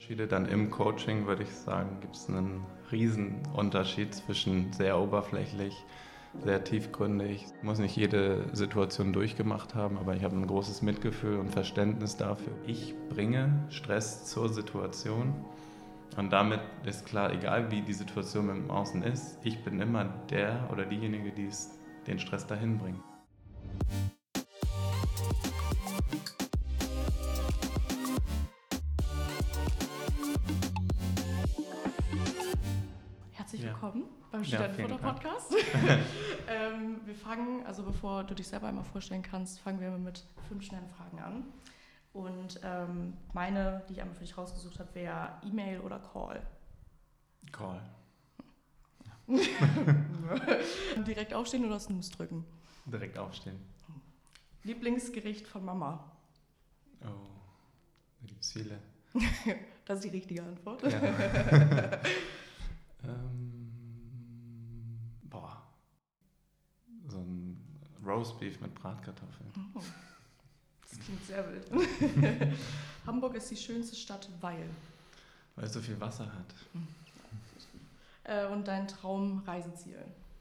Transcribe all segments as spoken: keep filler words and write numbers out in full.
Dann im Coaching würde ich sagen, gibt es einen riesen Unterschied zwischen sehr oberflächlich, sehr tiefgründig. Ich muss nicht jede Situation durchgemacht haben, aber ich habe ein großes Mitgefühl und Verständnis dafür. Ich bringe Stress zur Situation und damit ist klar, egal wie die Situation im Außen ist, ich bin immer der oder diejenige, die es, den Stress dahin bringt. Herzlich willkommen ja. beim Ja, Studentenfutter-Podcast. ähm, wir fangen, also bevor du dich selber einmal vorstellen kannst, fangen wir mit fünf schnellen Fragen an. Und ähm, meine, die ich einmal für dich rausgesucht habe, wäre E-Mail oder Call? Call. Direkt aufstehen oder Snooze drücken? Direkt aufstehen. Lieblingsgericht von Mama? Oh, da gibt es viele. Das ist die richtige Antwort. Ja. ähm, boah, so ein Roastbeef mit Bratkartoffeln. Oh, das klingt sehr wild. Hamburg ist die schönste Stadt, weil? Weil es so viel Wasser hat. Äh, und dein Traumreiseziel?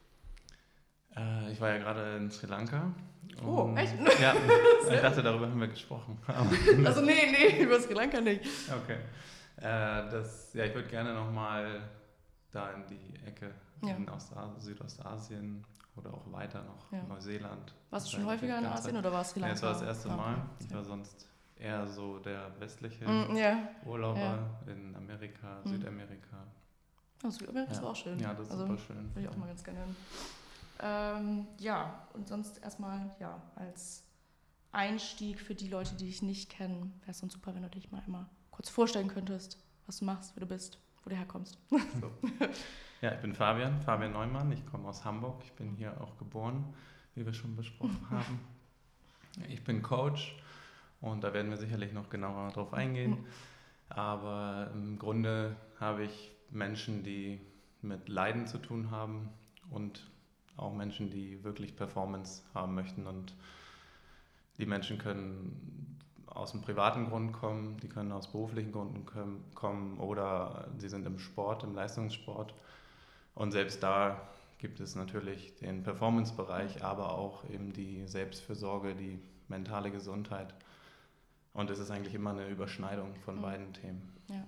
Äh, ich war ja gerade in Sri Lanka. Oh, echt? Ja, ich dachte, darüber haben wir gesprochen. Also nee, nee, über Sri Lanka nicht. Okay. Äh, das, ja, ich würde gerne nochmal da in die Ecke ja. in Ostasien, Südostasien oder auch weiter noch, ja. Neuseeland. Warst du schon häufiger in Asien oder war es Sri Lanka? Ja, es war das erste okay. Mal. Ich war sonst eher so der westliche mm, yeah. Urlauber yeah. in Amerika, mm. Südamerika. Oh, Südamerika ja. ist auch schön. Ja, das ist also, super schön. Würde ich auch mal ganz gerne hin. Ähm, ja, und sonst erstmal ja, als Einstieg für die Leute, die dich nicht kennen, wäre es sonst super, wenn du dich mal einmal kurz vorstellen könntest, was du machst, wer du bist, wo du herkommst. So. Ja, ich bin Fabian, Fabian Neumann, ich komme aus Hamburg, ich bin hier auch geboren, wie wir schon besprochen haben. Ich bin Coach und da werden wir sicherlich noch genauer drauf eingehen, aber im Grunde habe ich Menschen, die mit Leiden zu tun haben und auch Menschen, die wirklich Performance haben möchten, und die Menschen können aus einem privaten Grund kommen, die können aus beruflichen Gründen kommen oder sie sind im Sport, im Leistungssport, und selbst da gibt es natürlich den Performance-Bereich, aber auch eben die Selbstfürsorge, die mentale Gesundheit, und es ist eigentlich immer eine Überschneidung von mhm. beiden Themen. Ja.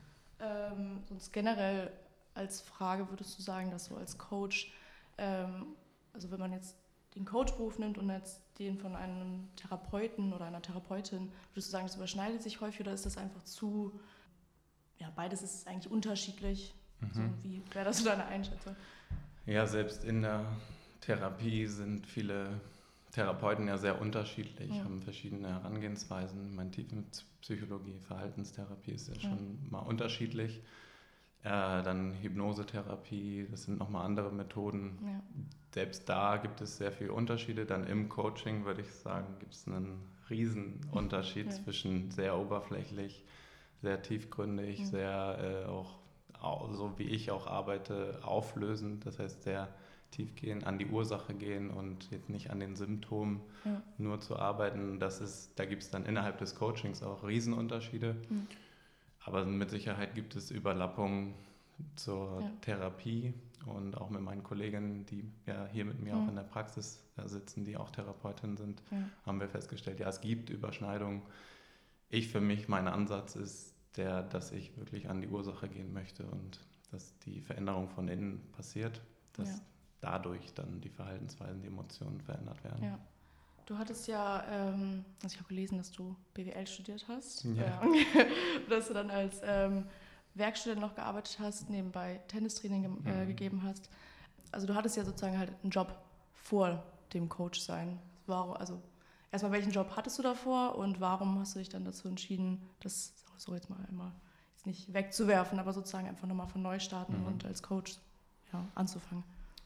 Ähm, sonst generell als Frage, würdest du sagen, dass du als Coach, ähm, also wenn man jetzt den Coachberuf nimmt und jetzt den von einem Therapeuten oder einer Therapeutin, würdest du sagen, das überschneidet sich häufig oder ist das einfach zu, ja, beides ist eigentlich unterschiedlich? Mhm. So, wie wäre das so deine Einschätzung? Ja, selbst in der Therapie sind viele Therapeuten ja sehr unterschiedlich, ja. haben verschiedene Herangehensweisen. Mein Tiefenpsychologie, Verhaltenstherapie ist ja, ja schon mal unterschiedlich. Äh, dann Hypnosetherapie, das sind nochmal andere Methoden. Ja. Selbst da gibt es sehr viele Unterschiede. Dann im Coaching, würde ich sagen, gibt es einen riesen Unterschied ja. zwischen sehr oberflächlich, sehr tiefgründig, ja. sehr äh, auch, auch, so wie ich auch arbeite, auflösend. Das heißt, sehr tief gehen, an die Ursache gehen und jetzt nicht an den Symptomen ja. nur zu arbeiten. Das ist, da gibt es dann innerhalb des Coachings auch Riesenunterschiede. Mhm. Aber mit Sicherheit gibt es Überlappungen zur ja. Therapie, und auch mit meinen Kolleginnen, die ja hier mit mir mhm. auch in der Praxis sitzen, die auch Therapeutinnen sind, ja. haben wir festgestellt, ja, es gibt Überschneidungen. Ich für mich, mein Ansatz ist der, dass ich wirklich an die Ursache gehen möchte und dass die Veränderung von innen passiert, dass ja. dadurch dann die Verhaltensweisen, die Emotionen verändert werden. Ja. Du hattest ja, ähm, also ich habe gelesen, dass du B W L studiert hast, ja. äh, dass du dann als ähm, Werkstudent noch gearbeitet hast, nebenbei Tennistraining ge- äh, mhm. gegeben hast. Also du hattest ja sozusagen halt einen Job vor dem Coach-Sein. Warum, also erstmal, welchen Job hattest du davor und warum hast du dich dann dazu entschieden, das so jetzt mal einmal jetzt nicht wegzuwerfen, aber sozusagen einfach nochmal von neu starten mhm. und als Coach ja, anzufangen?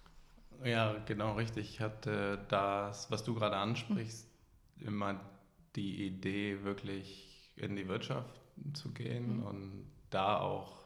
Ja, genau, richtig. Ich hatte das, was du gerade ansprichst, mhm. immer die Idee, wirklich in die Wirtschaft zu gehen mhm. und da auch,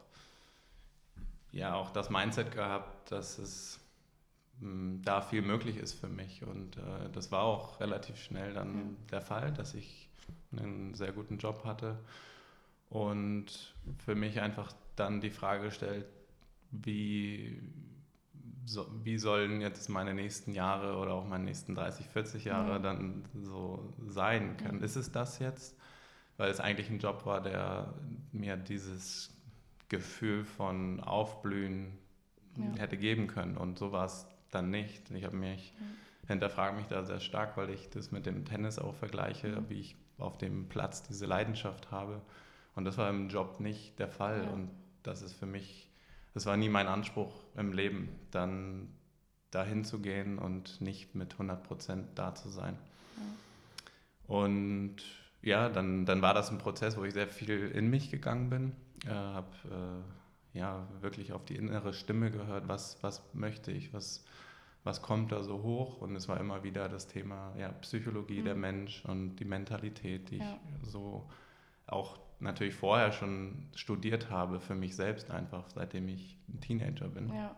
ja, auch das Mindset gehabt, dass es mh, da viel möglich ist für mich. Und äh, das war auch relativ schnell dann mhm. der Fall, dass ich einen sehr guten Job hatte Und für mich einfach dann die Frage gestellt, wie, so, wie sollen jetzt meine nächsten Jahre oder auch meine nächsten dreißig, vierzig Jahre mhm. dann so sein können. Mhm. Ist es das jetzt? Weil es eigentlich ein Job war, der mir dieses Gefühl von Aufblühen ja. hätte geben können. Und so war es dann nicht. Ich habe mich, mhm. hinterfrage mich da sehr stark, weil ich das mit dem Tennis auch vergleiche, mhm. wie ich auf dem Platz diese Leidenschaft habe. Und das war im Job nicht der Fall. Ja. Und das ist für mich, das war nie mein Anspruch im Leben, dann dahin zu gehen und nicht mit hundert Prozent da zu sein. Ja. Und ja, dann, dann war das ein Prozess, wo ich sehr viel in mich gegangen bin. Äh, habe äh, ja, wirklich auf die innere Stimme gehört, was, was möchte ich, was, was kommt da so hoch. Und es war immer wieder das Thema ja, Psychologie, mhm. der Mensch und die Mentalität, die ja. ich so auch natürlich vorher schon studiert habe, für mich selbst einfach, seitdem ich ein Teenager bin. Ja.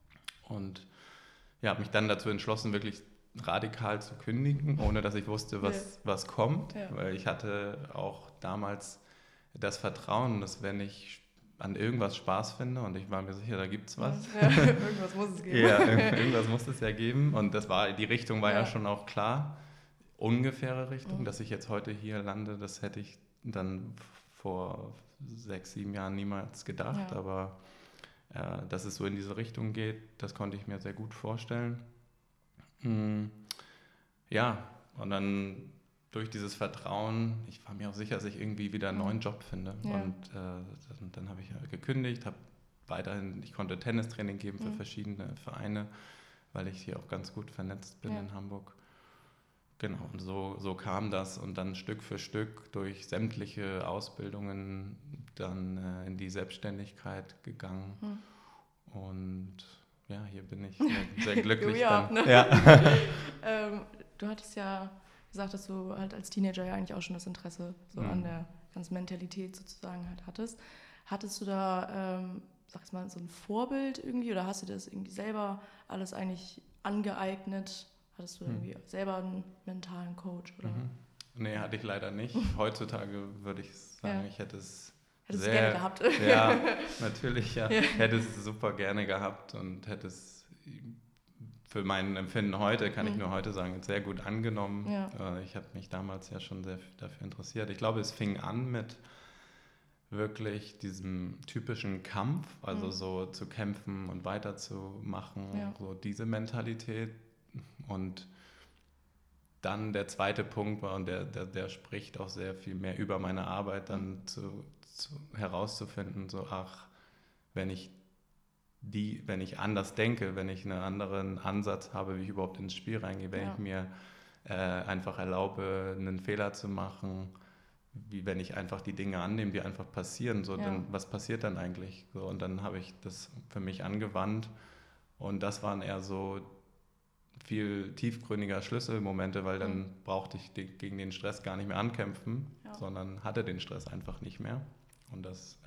Und ja, habe mich dann dazu entschlossen, wirklich radikal zu kündigen, ohne dass ich wusste, was, ja. was kommt. Ja. Weil ich hatte auch damals das Vertrauen, dass wenn ich an irgendwas Spaß finde und ich war mir sicher, da gibt es was. Ja, irgendwas muss es geben. Ja, irgendwas muss es ja geben. Und das war, die Richtung war ja, ja schon auch klar. Ungefähre Richtung, mhm. dass ich jetzt heute hier lande, das hätte ich dann vor sechs, sieben Jahren niemals gedacht, ja. aber äh, dass es so in diese Richtung geht, das konnte ich mir sehr gut vorstellen. Hm. Ja, und dann durch dieses Vertrauen, ich war mir auch sicher, dass ich irgendwie wieder einen neuen Job finde. Ja. Und äh, dann, dann habe ich gekündigt, habe weiterhin, ich konnte Tennistraining geben für mhm. verschiedene Vereine, weil ich hier auch ganz gut vernetzt bin ja. in Hamburg. Genau, und so, so kam das und dann Stück für Stück durch sämtliche Ausbildungen dann äh, in die Selbstständigkeit gegangen. Hm. Und ja, hier bin ich sehr, sehr glücklich. dann. Up, ne? Ja. ähm, du hattest ja gesagt, dass du halt als Teenager ja eigentlich auch schon das Interesse so hm. an der ganzen Mentalität sozusagen halt hattest. Hattest du da, ähm, sag ich mal, so ein Vorbild irgendwie oder hast du das irgendwie selber alles eigentlich angeeignet? Hattest du irgendwie hm. selber einen mentalen Coach? Oder? Mhm. Nee, hatte ich leider nicht. Heutzutage würde ich sagen, ja. ich hätte es Hättest sehr... gerne gehabt. Ja, natürlich, ja. ja. Hätte es super gerne gehabt und hätte es für mein Empfinden heute, kann mhm. ich nur heute sagen, sehr gut angenommen. Ja. Ich habe mich damals ja schon sehr dafür interessiert. Ich glaube, es fing an mit wirklich diesem typischen Kampf, also mhm. so zu kämpfen und weiterzumachen, ja. so diese Mentalität. Und dann der zweite Punkt war, und der, der, der spricht auch sehr viel mehr über meine Arbeit, dann zu, zu, herauszufinden, so ach, wenn ich die, wenn ich anders denke, wenn ich einen anderen Ansatz habe, wie ich überhaupt ins Spiel reingehe, wenn ja. ich mir äh, einfach erlaube, einen Fehler zu machen, wie wenn ich einfach die Dinge annehme, die einfach passieren, so, ja. dann, was passiert dann eigentlich? So, und dann habe ich das für mich angewandt und das waren eher so viel tiefgründiger Schlüsselmomente, weil dann mhm. brauchte ich die, gegen den Stress gar nicht mehr ankämpfen, ja. sondern hatte den Stress einfach nicht mehr. Und das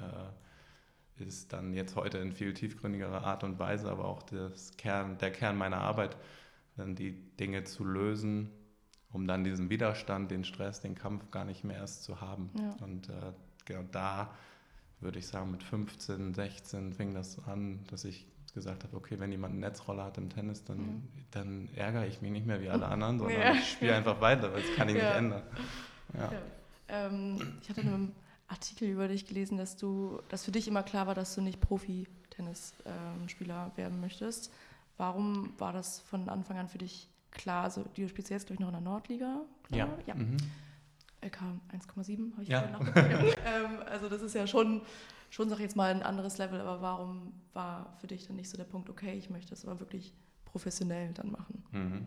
äh, ist dann jetzt heute in viel tiefgründigerer Art und Weise, aber auch das Kern, der Kern meiner Arbeit, dann die Dinge zu lösen, um dann diesen Widerstand, den Stress, den Kampf gar nicht mehr erst zu haben. Ja. Und äh, genau da würde ich sagen, mit fünfzehn, sechzehn fing das an, dass ich gesagt habe, okay, wenn jemand eine Netzrolle hat im Tennis, dann, mhm. dann ärgere ich mich nicht mehr wie alle anderen, sondern ja. ich spiele einfach weiter, weil das kann ich ja. nicht ändern. Ja. Ja. Ähm, ich hatte in einem Artikel über dich gelesen, dass du, dass für dich immer klar war, dass du nicht Profi-Tennisspieler ähm, werden möchtest. Warum war das von Anfang an für dich klar? Also du spielst jetzt, glaube ich, noch in der Nordliga. Klar? Ja. ja. Mhm. L K eins Komma sieben habe ich ja. vorhin nachgeguckt. ähm, also das ist ja schon, schon, sag ich jetzt mal, ein anderes Level, aber warum war für dich dann nicht so der Punkt, okay, ich möchte das aber wirklich professionell dann machen? Mhm.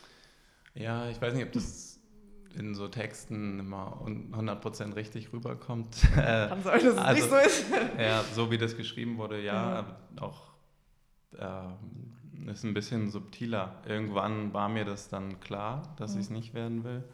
Ja, ich weiß nicht, ob das in so Texten immer hundert Prozent richtig rüberkommt. Kann sein, dass es also, nicht so ist. Ja, so wie das geschrieben wurde, ja, ja. auch äh, ist ein bisschen subtiler. Irgendwann war mir das dann klar, dass mhm. ich es nicht werden will,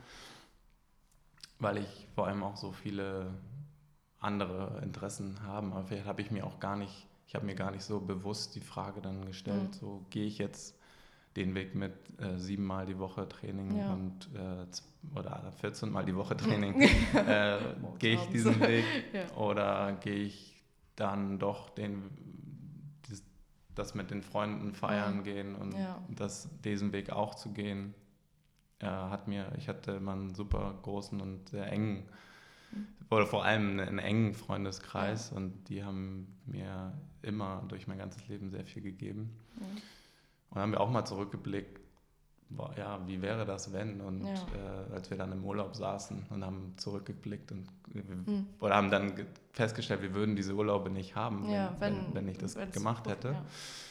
weil ich vor allem auch so viele andere Interessen habe. Aber vielleicht habe ich mir auch gar nicht, ich habe mir gar nicht so bewusst die Frage dann gestellt, mhm. so gehe ich jetzt den Weg mit äh, siebenmal die Woche Training Ja. und äh, oder vierzehn Mal die Woche Training, äh, gehe ich diesen Weg Ja. oder gehe ich dann doch den, das, das mit den Freunden feiern Mhm. gehen und Ja. das, diesen Weg auch zu gehen, äh, hat mir, ich hatte immer einen super großen und sehr engen, Mhm. oder vor allem einen engen Freundeskreis Ja. und die haben mir immer durch mein ganzes Leben sehr viel gegeben. Mhm. Und haben wir auch mal zurückgeblickt, boah, ja, wie wäre das, wenn? Und Ja. äh, als wir dann im Urlaub saßen und haben zurückgeblickt und wir, Mhm. oder haben dann ge- festgestellt, wir würden diese Urlaube nicht haben, Ja, wenn, wenn, wenn, wenn ich das wenn's- gemacht hätte. Ja.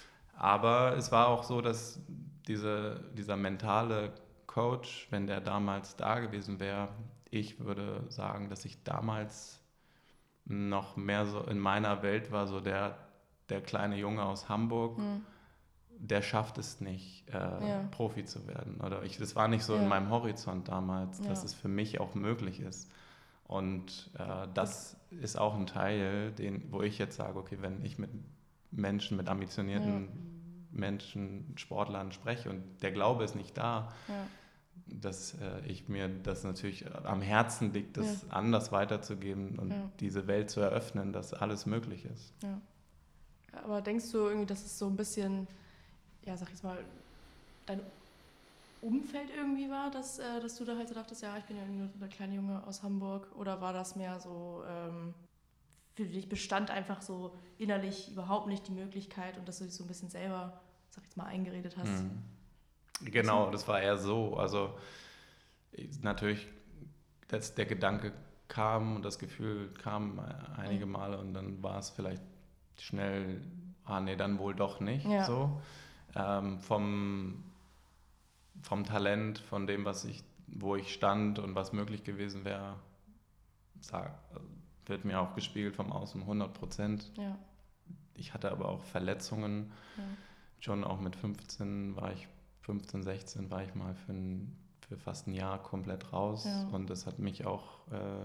Aber es war auch so, dass diese, dieser mentale Coach, wenn der damals da gewesen wäre, ich würde sagen, dass ich damals noch mehr so in meiner Welt war, so der, der kleine Junge aus Hamburg, Mhm. der schafft es nicht, äh, Ja. Profi zu werden. Oder ich, das war nicht so Ja. in meinem Horizont damals, dass Ja. es für mich auch möglich ist. Und äh, das ist auch ein Teil, den, wo ich jetzt sage, okay, wenn ich mit Menschen, mit ambitionierten Menschen, Sportlern spreche und der Glaube ist nicht da, Ja. dass äh, ich mir das natürlich am Herzen liegt, das Ja. anders weiterzugeben und Ja. diese Welt zu eröffnen, dass alles möglich ist. Ja. Aber denkst du irgendwie, dass es so ein bisschen, ja, sag ich jetzt mal, dein Umfeld irgendwie war, dass, äh, dass du da halt so dachtest, ja, ich bin ja irgendwie nur der kleine Junge aus Hamburg? Oder war das mehr so, ähm, für dich bestand einfach so innerlich überhaupt nicht die Möglichkeit und dass du dich so ein bisschen selber, sag ich jetzt mal, eingeredet hast? Mhm. Genau, das war eher so. Also ich, natürlich, dass der Gedanke kam und das Gefühl kam einige Male und dann war es vielleicht schnell, ah nee, dann wohl doch nicht Ja. so. Ähm, vom, vom Talent, von dem, was ich, wo ich stand und was möglich gewesen wäre, sag, wird mir auch gespiegelt vom Außen hundert Prozent. Ja. Ich hatte aber auch Verletzungen. Ja. Schon auch mit fünfzehn war ich, fünfzehn, sechzehn war ich mal für, ein, für fast ein Jahr komplett raus. Ja. Und das hat mich auch äh,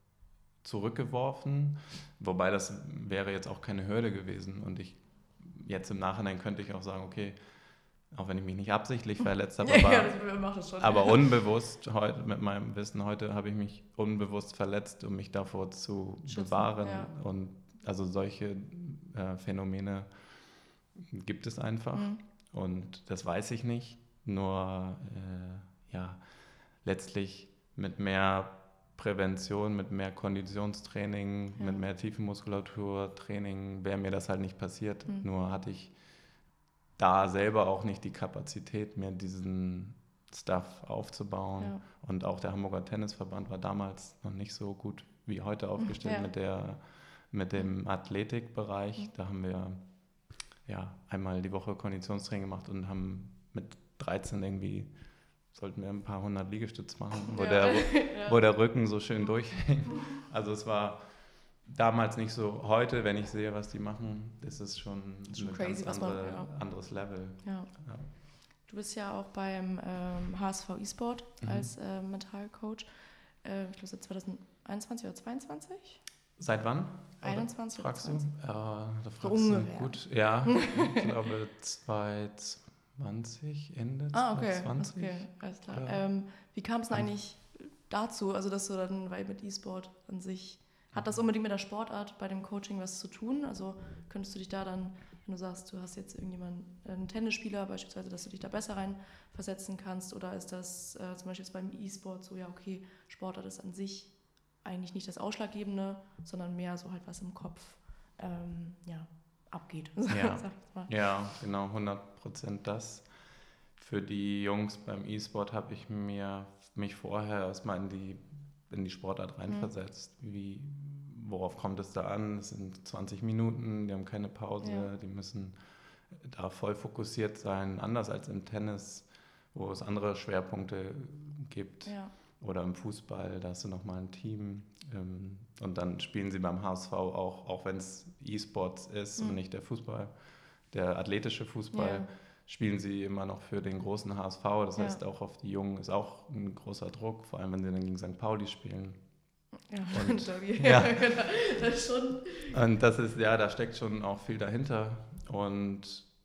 zurückgeworfen. Wobei das wäre jetzt auch keine Hürde gewesen. Und ich jetzt im Nachhinein könnte ich auch sagen, okay, auch wenn ich mich nicht absichtlich verletzt habe, aber, ja, das macht das schon. aber unbewusst, heute, mit meinem Wissen heute, habe ich mich unbewusst verletzt, um mich davor zu Schützen, bewahren. ja. Und also solche äh, Phänomene gibt es einfach. Mhm. Und das weiß ich nicht. Nur äh, ja, letztlich mit mehr Prävention, mit mehr Konditionstraining, Ja. mit mehr Tiefenmuskulaturtraining wäre mir das halt nicht passiert. Mhm. Nur hatte ich da selber auch nicht die Kapazität, mir diesen Stuff aufzubauen. Ja. Und auch der Hamburger Tennisverband war damals noch nicht so gut wie heute aufgestellt Ja. mit, der, mit dem Athletikbereich. Mhm. Da haben wir ja einmal die Woche Konditionstraining gemacht und haben mit dreizehn irgendwie, sollten wir ein paar hundert Liegestütze machen, wo, Ja. der, Ja. wo der Rücken so schön durchhängt. Also es war damals nicht so. Heute, wenn ich sehe, was die machen, ist es schon, Schon ein crazy, ganz was man- andere, ja. anderes Level. Ja. Ja. Du bist ja auch beim ähm, H S V E-Sport Mhm. als äh, Mentalcoach. Äh, ich glaube seit zweitausendeinundzwanzig oder zweiundzwanzig? Seit wann? Oder einundzwanzig oder fragst du? zwanzig? Ja, da fragst du ungefähr. gut. Ja, ich glaube zweitausendzwanzig, Ende Ah, okay. zweitausendzwanzig. Okay, alles klar. Ja. Ähm, wie kam es denn Anf- eigentlich dazu? Also, dass du dann, weil mit E-Sport an sich, hat das unbedingt mit der Sportart bei dem Coaching was zu tun? Also, könntest du dich da dann, wenn du sagst, du hast jetzt irgendjemanden, einen Tennisspieler beispielsweise, dass du dich da besser reinversetzen kannst? Oder ist das äh, zum Beispiel jetzt beim E-Sport so, ja, okay, Sportart ist an sich eigentlich nicht das Ausschlaggebende, sondern mehr so halt was im Kopf ähm, ja, abgeht, Ja. sag ich mal. Ja, genau, hundert Prozent das. Für die Jungs beim E-Sport habe ich mir mich vorher erstmal in die, in die Sportart reinversetzt. Wie, worauf kommt es da an? Es sind zwanzig Minuten, die haben keine Pause, Ja. die müssen da voll fokussiert sein. Anders als im Tennis, wo es andere Schwerpunkte gibt. Ja. Oder im Fußball, da hast du nochmal ein Team. Ähm, und dann spielen sie beim H S V auch, auch wenn es E-Sports ist Mhm. und nicht der Fußball, der athletische Fußball, Ja. spielen sie immer noch für den großen H S V. Das Ja. heißt, auch auf die Jungen ist auch ein großer Druck, vor allem wenn sie dann gegen Sankt Pauli spielen. Ja, Und- Derby. ja. genau. Das ist schon. Und das ist, ja, da steckt schon auch viel dahinter. Und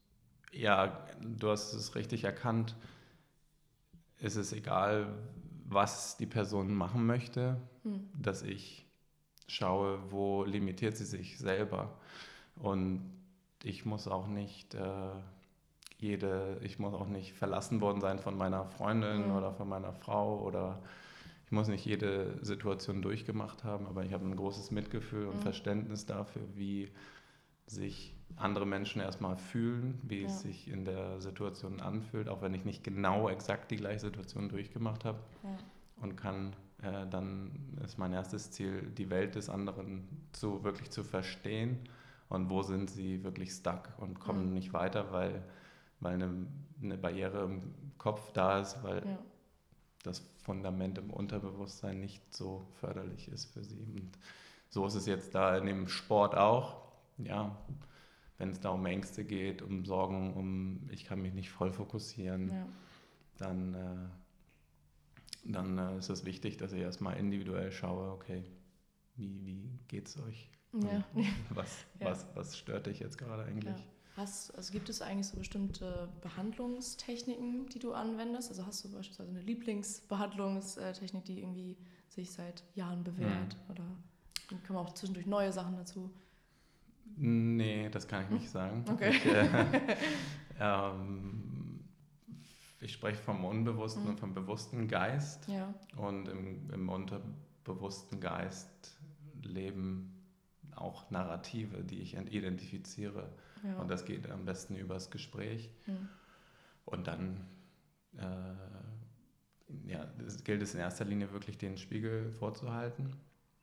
Ja, du hast es richtig erkannt. Es ist egal, was die Person machen möchte, hm. dass ich schaue, wo limitiert sie sich selber. Und ich muss auch nicht äh, jede, ich muss auch nicht verlassen worden sein von meiner Freundin hm. oder von meiner Frau oder ich muss nicht jede Situation durchgemacht haben, aber ich habe ein großes Mitgefühl und hm. Verständnis dafür, wie sich andere Menschen erstmal fühlen, wie ja. es sich in der Situation anfühlt, auch wenn ich nicht genau exakt die gleiche Situation durchgemacht habe ja. und kann, äh, dann ist mein erstes Ziel, die Welt des anderen zu wirklich zu verstehen und wo sind sie wirklich stuck und kommen mhm. nicht weiter, weil, weil eine, eine Barriere im Kopf da ist, weil ja. das Fundament im Unterbewusstsein nicht so förderlich ist für sie. Und so ist es jetzt da in dem Sport auch. Ja, wenn es da um Ängste geht, um Sorgen, um ich kann mich nicht voll fokussieren, ja. dann, äh, dann äh, ist es wichtig, dass ich erstmal individuell schaue, okay, wie, wie geht es euch? Ja. Was, ja. was, was stört dich jetzt gerade eigentlich? Ja. Hast, also gibt es eigentlich so bestimmte Behandlungstechniken, die du anwendest? Also hast du beispielsweise eine Lieblingsbehandlungstechnik, die irgendwie sich seit Jahren bewährt? Hm. Oder kommen auch zwischendurch neue Sachen dazu? Nee, das kann ich nicht sagen. Okay. Ich, äh, ähm, ich spreche vom unbewussten mhm. und vom bewussten Geist. Ja. Und im, im unterbewussten Geist leben auch Narrative, die ich identifiziere. Ja. Und das geht am besten übers Gespräch. Mhm. Und dann äh, ja, es gilt es in erster Linie wirklich, den Spiegel vorzuhalten.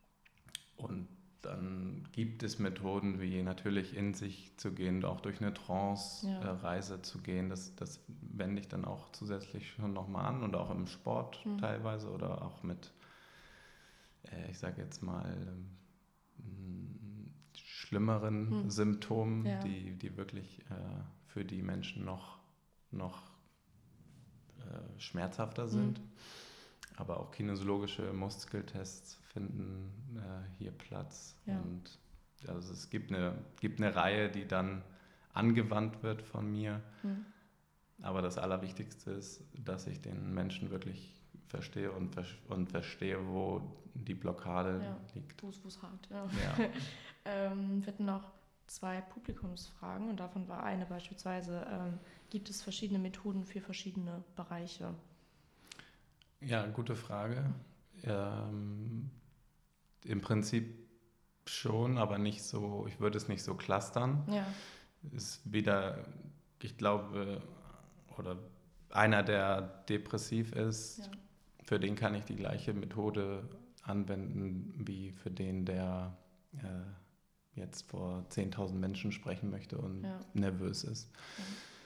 Und dann gibt es Methoden, wie natürlich in sich zu gehen, auch durch eine Trance-Reise ja. zu gehen. Das, das wende ich dann auch zusätzlich schon nochmal an und auch im Sport mhm. teilweise oder auch mit, äh, ich sage jetzt mal, ähm, schlimmeren mhm. Symptomen, ja. die, die wirklich äh, für die Menschen noch, noch äh, schmerzhafter sind. Mhm. Aber auch kinesiologische Muskeltests finden äh, hier Platz. Ja. Und also es gibt eine, gibt eine Reihe, die dann angewandt wird von mir. Mhm. Aber das Allerwichtigste ist, dass ich den Menschen wirklich verstehe und, und verstehe, wo die Blockade ja. liegt. Wo es hakt. Ja. Ja. ähm, wir hatten noch zwei Publikumsfragen und davon war eine beispielsweise, ähm, gibt es verschiedene Methoden für verschiedene Bereiche? Ja, gute Frage. Ähm, Im Prinzip schon, aber nicht so, ich würde es nicht so clustern. Ja. Ist wieder, ich glaube, oder einer, der depressiv ist, ja. für den kann ich die gleiche Methode anwenden, wie für den, der äh, jetzt vor zehntausend Menschen sprechen möchte und ja. nervös ist. Ja.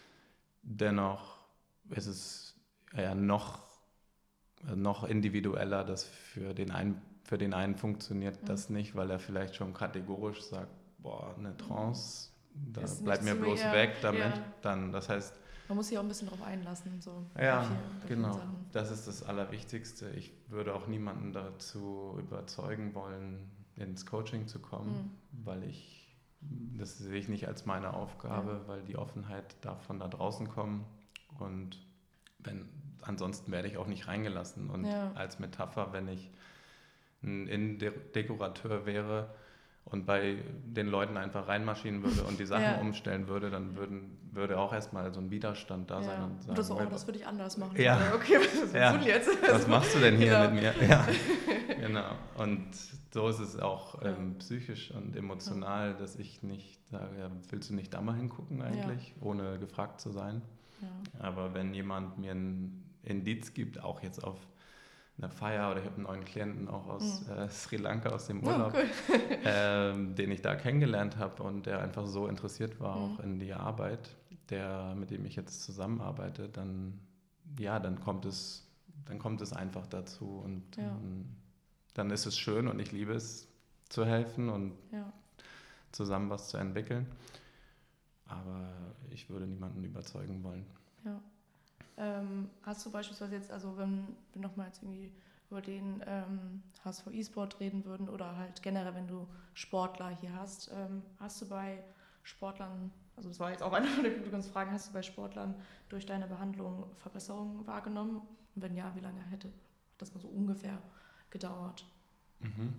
Dennoch ist es ja noch noch individueller, das für den einen, für den einen funktioniert mhm. das nicht, weil er vielleicht schon kategorisch sagt, boah, eine Trance, da bleibt mir bloß eher, weg damit. Ja. Dann, das heißt, man muss sich auch ein bisschen drauf einlassen. So ja, genau. Das ist das Allerwichtigste. Ich würde auch niemanden dazu überzeugen wollen, ins Coaching zu kommen, mhm. weil ich, das sehe ich nicht als meine Aufgabe, ja. weil die Offenheit darf von da draußen kommen und wenn ansonsten werde ich auch nicht reingelassen. Und ja. als Metapher, wenn ich ein Innendekorateur wäre und bei den Leuten einfach reinmarschieren würde und die Sachen ja. umstellen würde, dann würden, würde auch erstmal so ein Widerstand da ja. sein. Und sagen, oder so, oh, das würde ich anders machen. Ja. Oder, okay, was ja. tun jetzt? Was machst du denn hier genau. mit mir? Ja. Genau. Und so ist es auch ja. ähm, psychisch und emotional, ja. dass ich nicht sage, ja, willst du nicht da mal hingucken eigentlich, ja. ohne gefragt zu sein. Ja. Aber wenn jemand mir ein Indiz gibt, auch jetzt auf einer Feier oder ich habe einen neuen Klienten auch aus mhm. äh, Sri Lanka, aus dem Urlaub, oh, cool. ähm, den ich da kennengelernt habe und der einfach so interessiert war mhm. auch in die Arbeit, der, mit dem ich jetzt zusammenarbeite, dann, ja, dann kommt es, dann kommt es einfach dazu und ja. ähm, dann ist es schön und ich liebe es zu helfen und ja. zusammen was zu entwickeln. Aber ich würde niemanden überzeugen wollen. Ja. Ähm, hast du beispielsweise jetzt, also wenn wir nochmal jetzt irgendwie über den ähm, H S V E-Sport reden würden oder halt generell, wenn du Sportler hier hast, ähm, hast du bei Sportlern, also das war jetzt auch eine von den Publikumsfragen, hast du bei Sportlern durch deine Behandlung Verbesserungen wahrgenommen? Und wenn ja, wie lange hätte das mal so ungefähr gedauert? Mhm.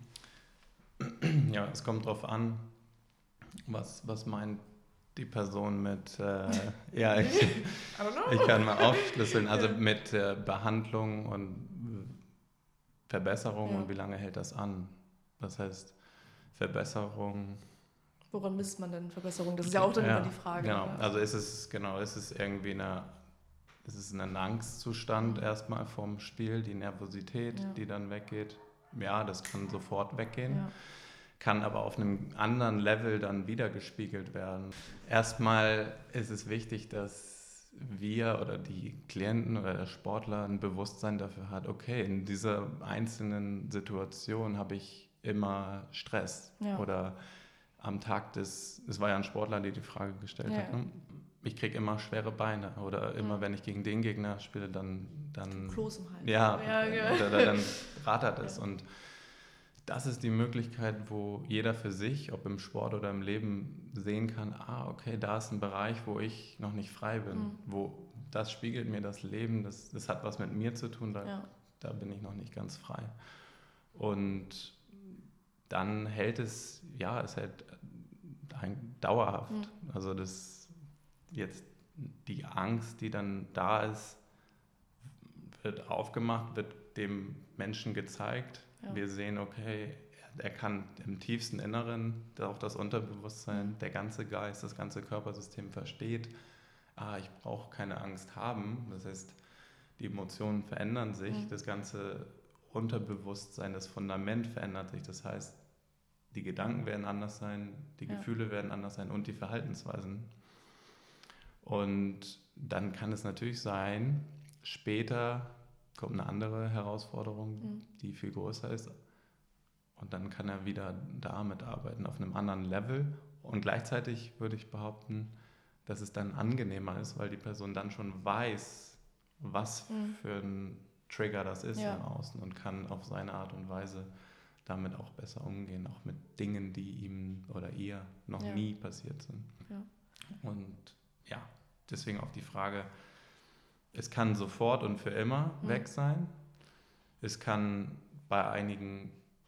Ja, es kommt drauf an, was, was meint die Person mit, äh, ja, ich, ich kann mal aufschlüsseln, also ja. mit äh, Behandlung und Verbesserung ja. und wie lange hält das an? Das heißt, Verbesserung... Woran misst man denn Verbesserung? Das ist ja auch dann ja, immer die Frage. Genau, oder? Also ist es, genau, ist es irgendwie eine, ist es ein Angstzustand mhm. erstmal vom Spiel, die Nervosität, ja. die dann weggeht? Ja, das kann sofort weggehen. Ja. Kann aber auf einem anderen Level dann wiedergespiegelt werden. Erstmal ist es wichtig, dass wir oder die Klienten oder der Sportler ein Bewusstsein dafür hat, okay, in dieser einzelnen Situation habe ich immer Stress. Ja. Oder am Tag des, es war ja ein Sportler, der die Frage gestellt ja. hat, ne? Ich kriege immer schwere Beine oder immer, mhm. wenn ich gegen den Gegner spiele, dann... dann Kloß im Hals. Ja, ja, ja. Oder, oder dann rattert es. Ja. Und das ist die Möglichkeit, wo jeder für sich, ob im Sport oder im Leben, sehen kann, ah, okay, da ist ein Bereich, wo ich noch nicht frei bin. Mhm. Wo das spiegelt mir das Leben, das, das hat was mit mir zu tun, da, ja. da bin ich noch nicht ganz frei. Und dann hält es, ja, es hält dauerhaft. Mhm. Also das jetzt die Angst, die dann da ist, wird aufgemacht, wird dem Menschen gezeigt. Ja. Wir sehen, okay, er kann im tiefsten Inneren, auch das Unterbewusstsein, mhm. der ganze Geist, das ganze Körpersystem versteht, ah, ich brauche keine Angst haben. Das heißt, die Emotionen verändern sich, mhm. das ganze Unterbewusstsein, das Fundament verändert sich. Das heißt, die Gedanken werden anders sein, die ja. Gefühle werden anders sein und die Verhaltensweisen. Und dann kann es natürlich sein, später kommt eine andere Herausforderung, mhm. die viel größer ist. Und dann kann er wieder damit arbeiten, auf einem anderen Level. Und gleichzeitig würde ich behaupten, dass es dann angenehmer ist, weil die Person dann schon weiß, was mhm. für ein Trigger das ist ja. im Außen und kann auf seine Art und Weise damit auch besser umgehen, auch mit Dingen, die ihm oder ihr noch ja. nie passiert sind. Ja. Und ja, deswegen auch die Frage, es kann sofort und für immer mhm. weg sein. Es kann bei einigen,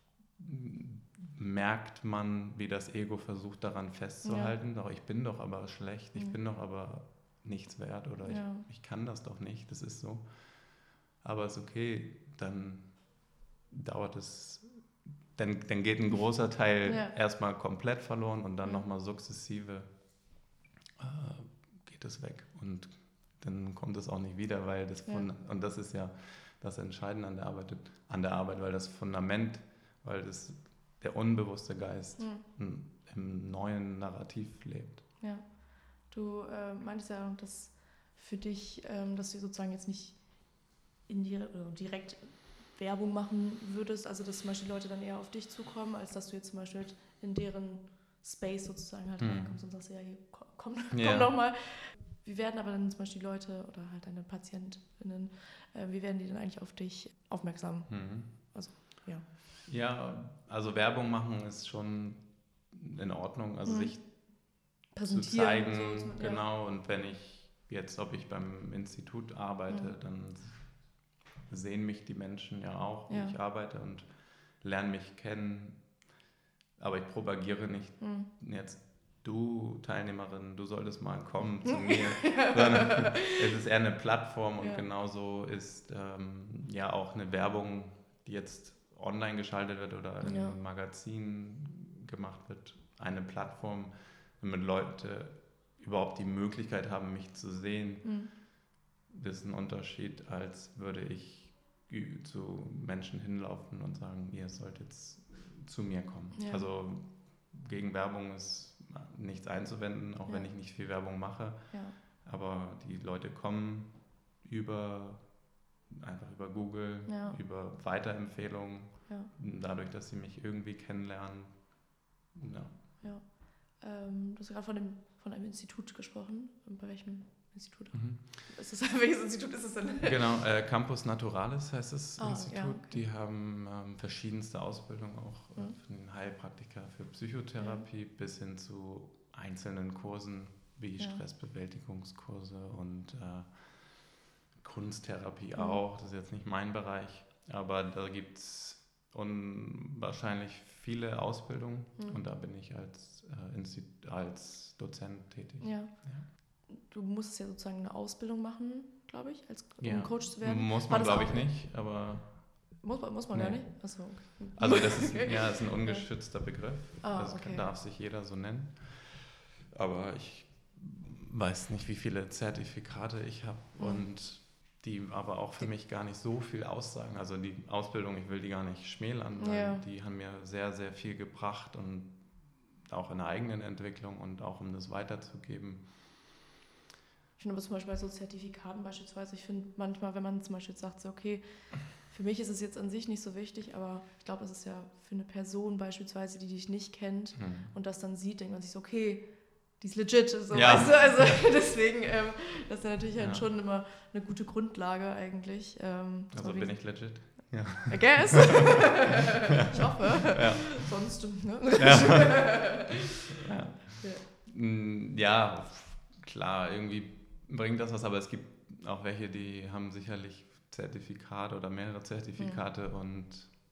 merkt man, wie das Ego versucht, daran festzuhalten, ja. ich bin doch aber schlecht, ich mhm. bin doch aber nichts wert oder ja. ich, ich kann das doch nicht, das ist so. Aber ist okay, dann dauert es, dann, dann geht ein großer Teil ja. erstmal komplett verloren und dann mhm. nochmal sukzessive äh, geht es weg und dann kommt es auch nicht wieder, weil das Fund- ja. und das ist ja das Entscheidende an der Arbeit, an der Arbeit, weil das Fundament, weil das der unbewusste Geist mhm. im neuen Narrativ lebt. Ja, du äh, meintest ja, dass für dich, ähm, dass du sozusagen jetzt nicht in die, äh, direkt Werbung machen würdest, also dass zum Beispiel Leute dann eher auf dich zukommen, als dass du jetzt zum Beispiel in deren Space sozusagen halt mhm. reinkommst und sagst, ja, hier, komm, komm ja. doch mal. Wie werden aber dann zum Beispiel die Leute oder halt deine PatientInnen, äh, wie werden die dann eigentlich auf dich aufmerksam? Mhm. Also, ja. Ja, also Werbung machen ist schon in Ordnung, also mhm. sich zu zeigen, so, so, genau, ja. Und wenn ich jetzt, ob ich beim Institut arbeite, mhm. dann sehen mich die Menschen ja auch, wie ja. ich arbeite und lernen mich kennen, aber ich propagiere nicht mhm. jetzt, du Teilnehmerin, du solltest mal kommen zu mir, sondern es ist eher eine Plattform und ja. genauso ist ähm, ja auch eine Werbung, die jetzt online geschaltet wird oder in ja. einem Magazin gemacht wird, eine Plattform, damit Leute überhaupt die Möglichkeit haben, mich zu sehen. Mhm. Das ist ein Unterschied, als würde ich zu Menschen hinlaufen und sagen, ihr sollt jetzt zu mir kommen. Ja. Also gegen Werbung ist nichts einzuwenden, auch ja. wenn ich nicht viel Werbung mache. Ja. Aber die Leute kommen über einfach über Google, ja. über Weiterempfehlungen, ja. dadurch, dass sie mich irgendwie kennenlernen. Ja. Ja. Ähm, du hast gerade von, dem, von einem Institut gesprochen. Bei welchem Institut? Mhm. Ist das, welches Institut ist es denn? Genau, äh, Campus Naturalis heißt das oh, Institut. Ja, okay. Die haben ähm, verschiedenste Ausbildungen auch, mhm. äh, für den Heilpraktiker, für Psychotherapie mhm. bis hin zu einzelnen Kursen wie Ja. Stressbewältigungskurse und äh, Kunsttherapie Mhm. auch. Das ist jetzt nicht mein Bereich, aber da gibt es unwahrscheinlich viele Ausbildungen Mhm. und da bin ich als, äh, Institut, als Dozent tätig. Ja. Du musstest ja sozusagen eine Ausbildung machen, glaube ich, als, um Ja. Coach zu werden. Muss War man, das glaube auch- ich, nicht, aber Muss man, muss man gar Nee. nicht? Achso, okay. also das ist, ja, das ist ein ungeschützter Begriff. Ah, das okay. darf sich jeder so nennen. Aber ich weiß nicht, wie viele Zertifikate ich habe Mhm. und die aber auch für mich gar nicht so viel aussagen. Also die Ausbildung, ich will die gar nicht schmälern, weil Ja. die haben mir sehr, sehr viel gebracht und auch in der eigenen Entwicklung und auch um das weiterzugeben. Ich finde aber zum Beispiel bei so Zertifikaten beispielsweise, ich finde manchmal, wenn man zum Beispiel sagt, so, okay, für mich ist es jetzt an sich nicht so wichtig, aber ich glaube, das ist ja für eine Person beispielsweise, die dich nicht kennt Hm. und das dann sieht, denkt man sich so, okay, die ist legit. So, Ja. weißt du? Also deswegen, ähm, das ist ja natürlich halt Ja. schon immer eine gute Grundlage eigentlich. Ähm, dass Also man bin wie- ich legit. I guess. Ich hoffe. Ja. Sonst, ne? Ja. Ja. Mm, Ja, klar, irgendwie bringt das was, aber es gibt auch welche, die haben sicherlich Zertifikate oder mehrere Zertifikate und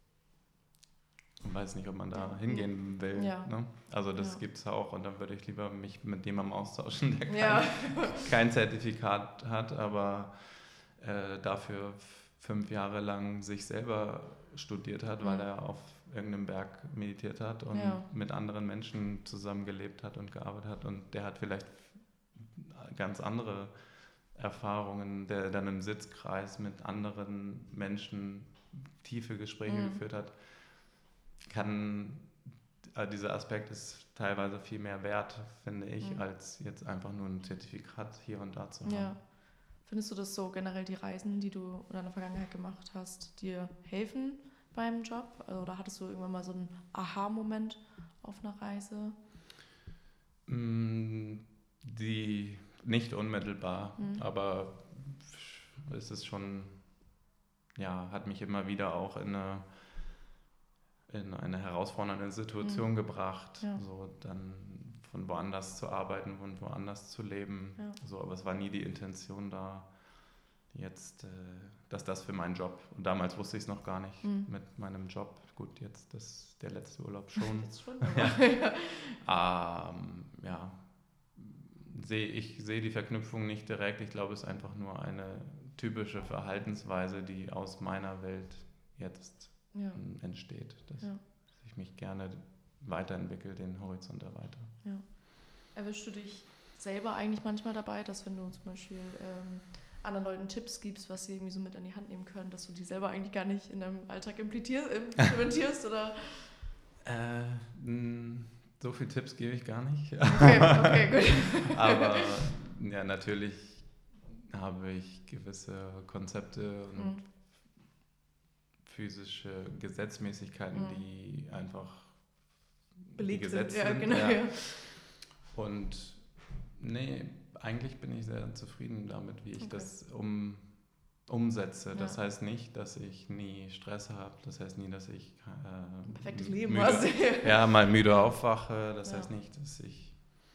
ich weiß nicht, ob man da hingehen will. Ja. Ne? Also das Ja. gibt es auch und dann würde ich lieber mich mit jemandem austauschen, der kein, Ja. kein Zertifikat hat, aber äh, dafür f- fünf Jahre lang sich selber studiert hat, weil Mhm. er auf irgendeinem Berg meditiert hat und Ja. mit anderen Menschen zusammengelebt hat und gearbeitet hat und der hat vielleicht ganz andere Erfahrungen, der dann im Sitzkreis mit anderen Menschen tiefe Gespräche Mhm. geführt hat, kann, äh, dieser Aspekt ist teilweise viel mehr wert, finde ich, Mhm. als jetzt einfach nur ein Zertifikat hier und da zu haben. Ja. Findest du das so generell die Reisen, die du oder in der Vergangenheit gemacht hast, dir helfen beim Job? Also, oder hattest du irgendwann mal so einen Aha-Moment auf einer Reise? Mm, Die nicht unmittelbar, Mhm. aber es ist schon, ja, hat mich immer wieder auch in eine, in eine herausfordernde Situation Mhm. gebracht, Ja. so dann von woanders zu arbeiten und woanders zu leben. Ja. So, aber es war nie die Intention da, jetzt, äh, dass das für meinen Job, und damals wusste ich es noch gar nicht Mhm. mit meinem Job, gut, jetzt das, der letzte Urlaub schon. Jetzt schon, aber ja. Ähm, ja, sehe ich sehe die Verknüpfung nicht direkt. Ich glaube, es ist einfach nur eine typische Verhaltensweise, die aus meiner Welt jetzt Ja. ähm, entsteht, dass Ja. ich mich gerne weiterentwickle, den Horizont erweitere. Erwischst du dich selber eigentlich manchmal dabei, dass wenn du zum Beispiel ähm, anderen Leuten Tipps gibst, was sie irgendwie so mit an die Hand nehmen können, dass du die selber eigentlich gar nicht in deinem Alltag implitier- implementierst? Oder? Äh, mh, so viele Tipps gebe ich gar nicht. Okay, okay, gut. Aber ja, natürlich habe ich gewisse Konzepte und Mhm. physische Gesetzmäßigkeiten, Mhm. die einfach Belegt sind. Gesetz Ja, sind, genau. ja. Ja. Und nee, eigentlich bin ich sehr zufrieden damit, wie ich Okay. das um, umsetze. Das Ja. heißt nicht, dass ich nie Stress habe. Das heißt nie, dass ich äh, Ein perfektes Leben müde, hast. ja, mal müde aufwache. Das Ja. heißt nicht, dass ich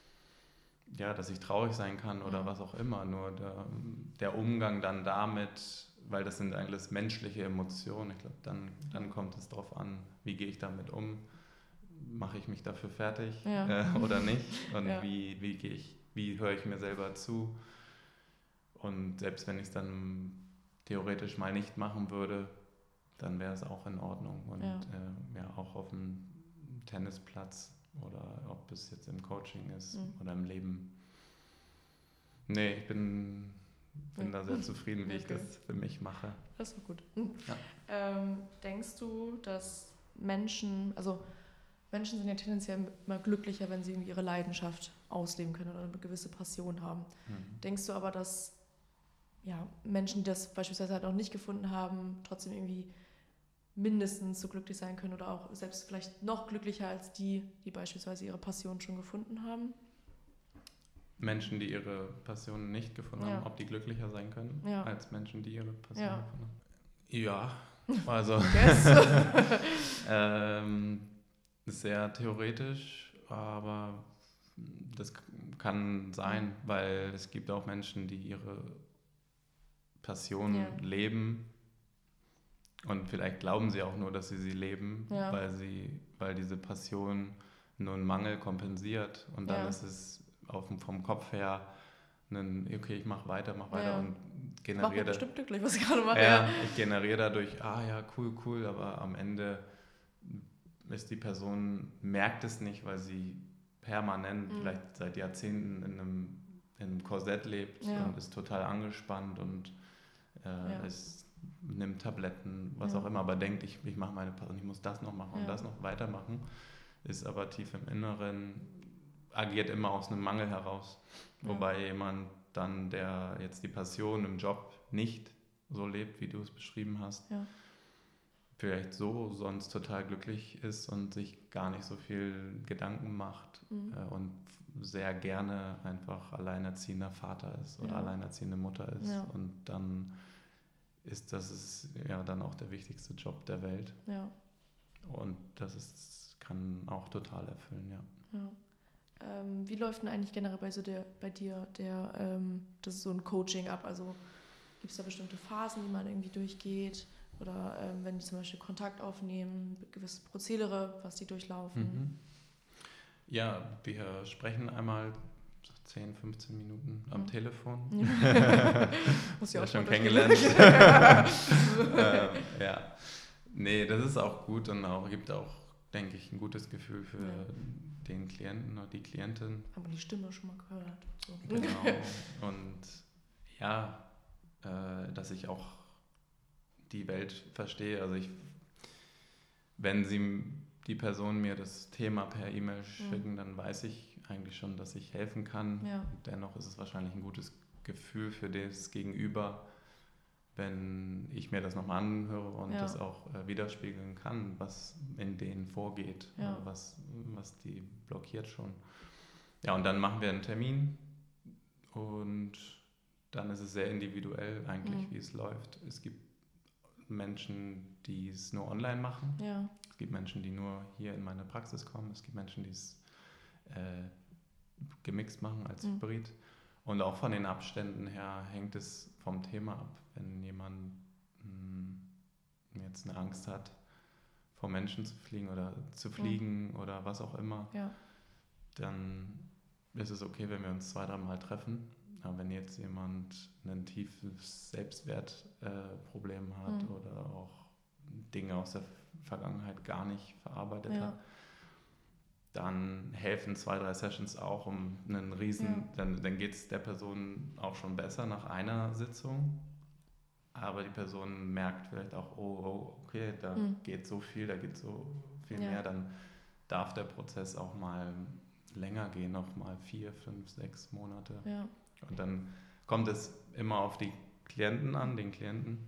ja, dass ich traurig sein kann oder Mhm. was auch immer. Nur der, der Umgang dann damit, weil das sind eigentlich menschliche Emotionen. Ich glaube, dann, dann kommt es darauf an, wie gehe ich damit um. Mache ich mich dafür fertig Ja. äh, oder nicht? Und Ja. wie, wie gehe ich, wie höre ich mir selber zu? Und selbst wenn ich es dann theoretisch mal nicht machen würde, dann wäre es auch in Ordnung. Und Ja. äh, ja, auch auf dem Tennisplatz oder ob es jetzt im Coaching ist Mhm. oder im Leben. Nee, ich bin, bin Ja. da sehr zufrieden, wie ich Okay. das für mich mache. Das ist doch gut. Hm. Ja. Ähm, denkst du, dass Menschen, also Menschen sind ja tendenziell immer glücklicher, wenn sie irgendwie ihre Leidenschaft ausleben können oder eine gewisse Passion haben. Mhm. Denkst du aber, dass ja, Menschen, die das beispielsweise halt noch nicht gefunden haben, trotzdem irgendwie mindestens so glücklich sein können oder auch selbst vielleicht noch glücklicher als die, die beispielsweise ihre Passion schon gefunden haben? Menschen, die ihre Passion nicht gefunden Ja. haben, ob die glücklicher sein können Ja. als Menschen, die ihre Passion Ja. gefunden haben. Ja, also Yes. ähm, sehr theoretisch, aber das kann sein, weil es gibt auch Menschen, die ihre Passion Ja. leben und vielleicht glauben sie auch nur, dass sie sie leben, Ja. weil sie, weil diese Passion nur einen Mangel kompensiert und dann Ja. ist es auf, vom Kopf her ein, okay, ich mache weiter, mach weiter Ja. und Macht generiere mich da, bestimmt glücklich, was ich gerade mache. ja, Ja. ich generiere dadurch, ah ja, cool, cool, aber am Ende ist die Person, merkt es nicht, weil sie permanent, Mhm. vielleicht seit Jahrzehnten in einem, in einem Korsett lebt Ja. und ist total angespannt und äh, Ja. es nimmt Tabletten, was Ja. auch immer, aber denkt, ich, ich mache meine Passion, ich muss das noch machen und Ja. das noch weitermachen, ist aber tief im Inneren, agiert immer aus einem Mangel heraus. Ja. Wobei jemand dann, der jetzt die Passion im Job nicht so lebt, wie du es beschrieben hast, Ja. vielleicht so sonst total glücklich ist und sich gar nicht so viel Gedanken macht Mhm. äh, und sehr gerne einfach alleinerziehender Vater ist oder Ja. alleinerziehende Mutter ist. Ja. Und dann ist das ist ja dann auch der wichtigste Job der Welt. Ja. Und das ist, kann auch total erfüllen, ja. Ja. Ähm, wie läuft denn eigentlich generell bei, so der, bei dir der, ähm, das ist so ein Coaching ab? Also gibt es da bestimmte Phasen, die man irgendwie durchgeht? Oder ähm, wenn die zum Beispiel Kontakt aufnehmen, gewisse Prozedere, was die durchlaufen? Mhm. Ja, wir sprechen einmal so zehn, fünfzehn Minuten am Mhm. Telefon. Ja. Muss ja Ja, auch schon mal kennengelernt. durchgehen. ähm, ja. Nee, das ist auch gut und auch gibt auch, denke ich, ein gutes Gefühl für Ja. den Klienten oder die Klientin. Haben wir die Stimme schon mal gehört? So. Genau. Und ja, äh, dass ich auch die Welt verstehe. Also ich, wenn sie die Person mir das Thema per E-Mail schicken, mhm. dann weiß ich eigentlich schon, dass ich helfen kann. Ja. Dennoch ist es wahrscheinlich ein gutes Gefühl für das Gegenüber, wenn ich mir das nochmal anhöre und Ja. das auch äh, widerspiegeln kann, was in denen vorgeht, Ja. äh, was, was die blockiert schon. Ja, und dann machen wir einen Termin und dann ist es sehr individuell eigentlich, Mhm. wie es läuft. Es gibt Menschen, die es nur online machen. Ja. Es gibt Menschen, die nur hier in meine Praxis kommen. Es gibt Menschen, die es äh, gemixt machen als Mhm. Hybrid. Und auch von den Abständen her hängt es vom Thema ab. Wenn jemand mh, jetzt eine Angst hat, vor Menschen zu fliegen oder zu fliegen mhm. oder was auch immer, Ja. dann ist es okay, wenn wir uns zwei, dreimal treffen. Aber wenn jetzt jemand ein tiefes Selbstwertproblem äh, hat mhm. oder auch Dinge aus der Vergangenheit gar nicht verarbeitet ja. hat, dann helfen zwei, drei Sessions auch um einen riesen, ja. dann, dann geht es der Person auch schon besser nach einer Sitzung, aber die Person merkt vielleicht auch, oh, oh okay, da mhm. geht so viel, da geht so viel ja. mehr, dann darf der Prozess auch mal länger gehen, noch mal vier, fünf, sechs Monate. Ja. Und dann kommt es immer auf die Klienten an, den Klienten,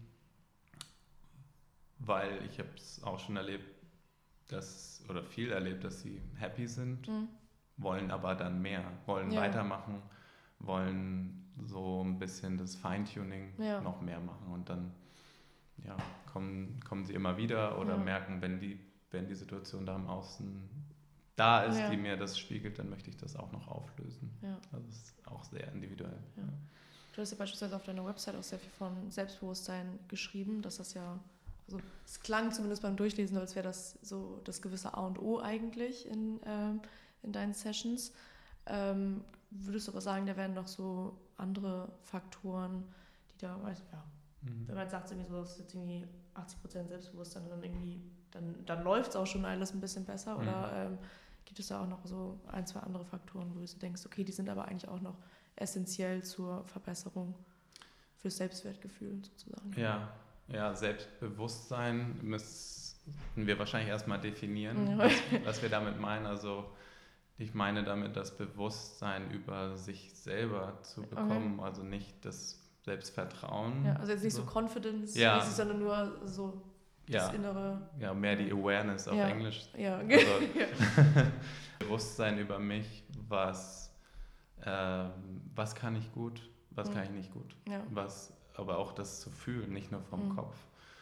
weil ich habe es auch schon erlebt, dass, oder viel erlebt, dass sie happy sind, mhm. wollen aber dann mehr, wollen ja. weitermachen, wollen so ein bisschen das Feintuning ja. noch mehr machen und dann ja, kommen, kommen sie immer wieder oder ja. merken, wenn die, wenn die Situation da im Außen da ist, ja. die mir das spiegelt, dann möchte ich das auch noch auflösen. Ja. Also es ist auch sehr individuell. Ja. Du hast ja beispielsweise auf deiner Website auch sehr viel von Selbstbewusstsein geschrieben, dass das ja, also es klang zumindest beim Durchlesen, als wäre das so das gewisse A und O eigentlich in, ähm, in deinen Sessions. Ähm, würdest du aber sagen, da werden noch so andere Faktoren, die da, weiß ja, mhm. wenn man sagt, irgendwie so, das ist jetzt irgendwie achtzig Prozent Selbstbewusstsein, dann irgendwie, dann, dann läuft es auch schon alles ein bisschen besser, mhm. oder ähm, gibt es da auch noch so ein, zwei andere Faktoren, wo du denkst, okay, die sind aber eigentlich auch noch essentiell zur Verbesserung fürs Selbstwertgefühl sozusagen? Ja, ja, Selbstbewusstsein müssen wir wahrscheinlich erstmal definieren, ja. was, was wir damit meinen. Also ich meine damit das Bewusstsein über sich selber zu bekommen, okay. also nicht das Selbstvertrauen. Ja, also jetzt nicht so, so Confidence, ja. sondern nur so das ja. innere... Ja, mehr die Awareness auf ja. Englisch. Ja. Also Bewusstsein über mich, was, äh, was kann ich gut, was mhm. kann ich nicht gut. Ja. Was, aber auch das zu fühlen, nicht nur vom mhm. Kopf.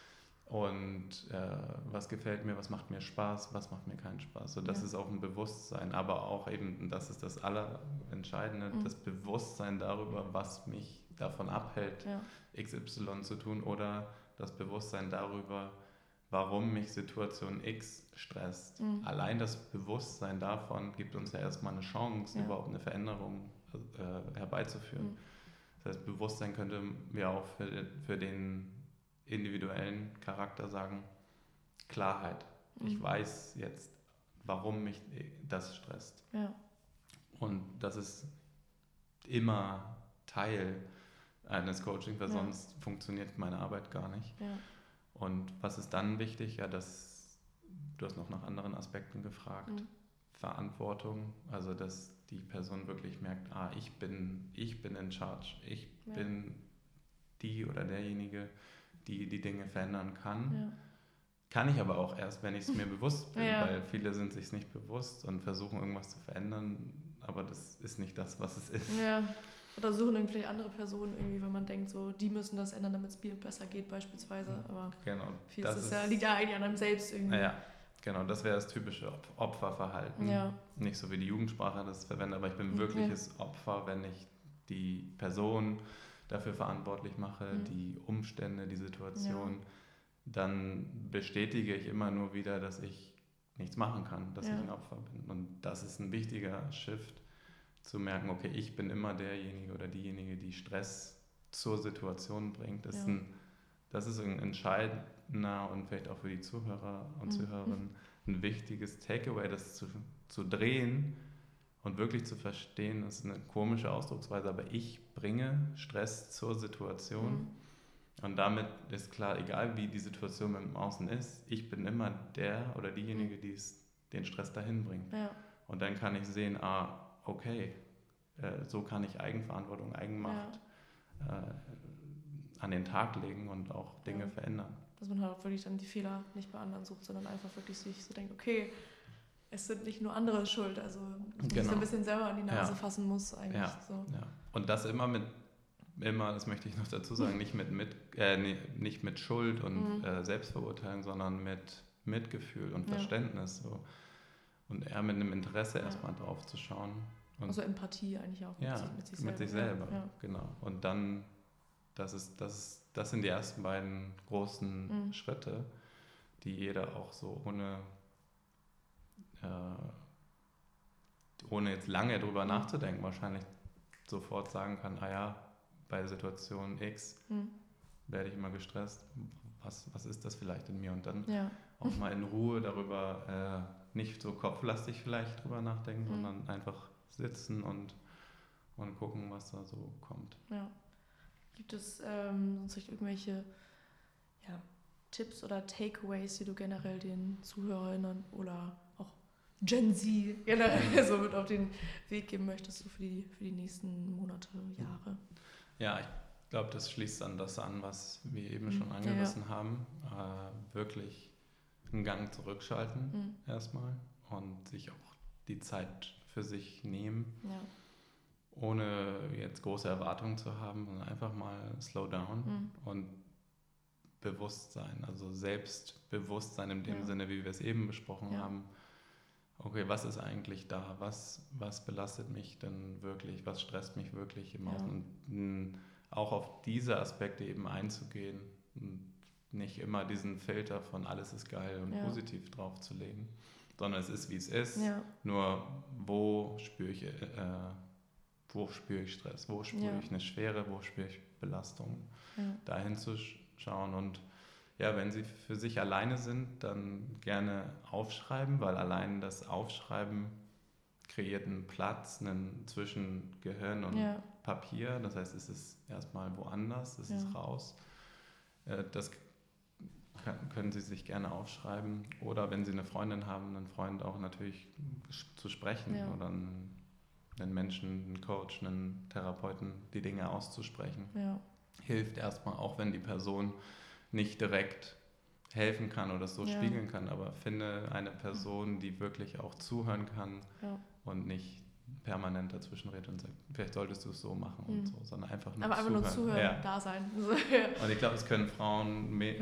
und äh, was gefällt mir, was macht mir Spaß, was macht mir keinen Spaß. So, das Ja. ist auch ein Bewusstsein, aber auch eben, das ist das Allerentscheidende, Mhm. das Bewusstsein darüber, was mich davon abhält, Ja. X Y zu tun, oder das Bewusstsein darüber, warum mich Situation X stresst. Mhm. Allein das Bewusstsein davon gibt uns ja erstmal eine Chance, Ja. überhaupt eine Veränderung äh, herbeizuführen. Mhm. Das heißt, Bewusstsein könnte wir auch für, für den individuellen Charakter sagen, Klarheit. Mhm. Ich weiß jetzt, warum mich das stresst. Ja. Und das ist immer Teil eines Coachings, weil Ja. sonst funktioniert meine Arbeit gar nicht. Ja. Und was ist dann wichtig? Ja, das, du hast noch nach anderen Aspekten gefragt. Mhm. Verantwortung, also dass die Person wirklich merkt, ah, ich bin, ich bin in charge, ich Ja. bin die oder derjenige, die die Dinge verändern kann. Ja. Kann ich aber auch erst, wenn ich es mir bewusst bin, Ja. weil viele sind sich nicht bewusst und versuchen irgendwas zu verändern, aber das ist nicht das, was es ist. Ja. Oder suchen irgendwie andere Personen irgendwie, wenn man denkt, so, die müssen das ändern, damit es mir besser geht beispielsweise. Aber Genau. vieles Das ist ja, liegt ja eigentlich an einem selbst irgendwie. Ja, genau, das wäre das typische Op- Opferverhalten. Ja. Nicht so wie die Jugendsprache das verwendet, aber ich bin Mhm. wirkliches Opfer, wenn ich die Person dafür verantwortlich mache, Mhm. die Umstände, die Situation, dann bestätige ich immer nur wieder, dass ich nichts machen kann, dass Ja. ich ein Opfer bin. Und das ist ein wichtiger Shift, zu merken, okay, ich bin immer derjenige oder diejenige, die Stress zur Situation bringt. Das, Ja. ist, ein, das ist ein entscheidender und vielleicht auch für die Zuhörer und Mhm. Zuhörerinnen ein wichtiges Takeaway, das zu, zu drehen und wirklich zu verstehen. Das ist eine komische Ausdrucksweise, aber ich bringe Stress zur Situation. Mhm. Und damit ist klar, egal wie die Situation im Außen ist, ich bin immer der oder diejenige, die es, den Stress dahin bringt. Ja. Und dann kann ich sehen, ah, okay, äh, so kann ich Eigenverantwortung, Eigenmacht äh, an den Tag legen und auch Dinge Ja. verändern. Dass man halt auch wirklich dann die Fehler nicht bei anderen sucht, sondern einfach wirklich sich so denkt, okay, es sind nicht nur andere schuld, also dass man sich Genau. so ein bisschen selber an die Nase Ja. fassen muss eigentlich. Ja. So. Ja. Und das immer mit, immer, das möchte ich noch dazu sagen, nicht mit, mit, äh, nee, nicht mit Schuld und Mhm. äh, Selbstverurteilung, sondern mit Mitgefühl und Ja. Verständnis. So. Und eher mit einem Interesse Ja. erstmal drauf zu schauen. Und Also Empathie eigentlich auch ja, mit, sich, mit sich mit selber. sich selber, Ja. Ja. genau. Und dann, das, ist, das, ist, das sind die ersten beiden großen Mhm. Schritte, die jeder auch so ohne, äh, ohne jetzt lange drüber Mhm. nachzudenken, wahrscheinlich sofort sagen kann, ah ja, bei Situation X Mhm. werde ich immer gestresst, was, was ist das vielleicht in mir? Und dann Ja. auch mal in Ruhe darüber, äh, nicht so kopflastig vielleicht drüber nachdenken, Mhm. sondern einfach sitzen und, und gucken, was da so kommt. Ja. Gibt es ähm, sonst vielleicht irgendwelche ja, Tipps oder Takeaways, die du generell den ZuhörerInnen oder auch Gen Z generell so mit auf den Weg geben möchtest, so für die, für die nächsten Monate, Jahre? Ja, ich glaube, das schließt an das an, was wir eben Mhm. schon Ja, angerissen haben. Äh, wirklich einen Gang zurückschalten Mhm. erstmal und sich auch die Zeit für sich nehmen, Ja. ohne jetzt große Erwartungen zu haben, sondern einfach mal slow down Mhm. und Bewusstsein, also Selbstbewusstsein in dem Ja. Sinne, wie wir es eben besprochen Ja. haben. Okay, was ist eigentlich da? Was, was belastet mich denn wirklich? Was stresst mich wirklich im Ja. Außen? Und mh, auch auf diese Aspekte eben einzugehen und nicht immer diesen Filter von alles ist geil und Ja. positiv draufzulegen, sondern es ist, wie es ist. Ja. Nur wo spüre ich, äh, wo spüre ich Stress? Wo spüre Ja. ich eine Schwere? Wo spüre ich Belastung? Ja. Dahin zu sch- schauen und ja, wenn Sie für sich alleine sind, dann gerne aufschreiben, weil allein das Aufschreiben kreiert einen Platz einen zwischen Gehirn und Ja. Papier. Das heißt, es ist erstmal woanders, es Ja. ist raus. Äh, Das kann- können Sie sich gerne aufschreiben. Oder wenn Sie eine Freundin haben, einen Freund auch natürlich sch- zu sprechen Ja. oder einen, einen Menschen, einen Coach, einen Therapeuten, die Dinge auszusprechen. Ja. Hilft erstmal, auch wenn die Person nicht direkt helfen kann oder es so Ja. spiegeln kann, aber finde eine Person, die wirklich auch zuhören kann Ja. und nicht permanent dazwischen redet und sagt, vielleicht solltest du es so machen Mhm. und so, sondern einfach nur Aber einfach zuhören. nur zuhören, Ja. da sein. So, ja. Und ich glaube, es können Frauen me- Ja.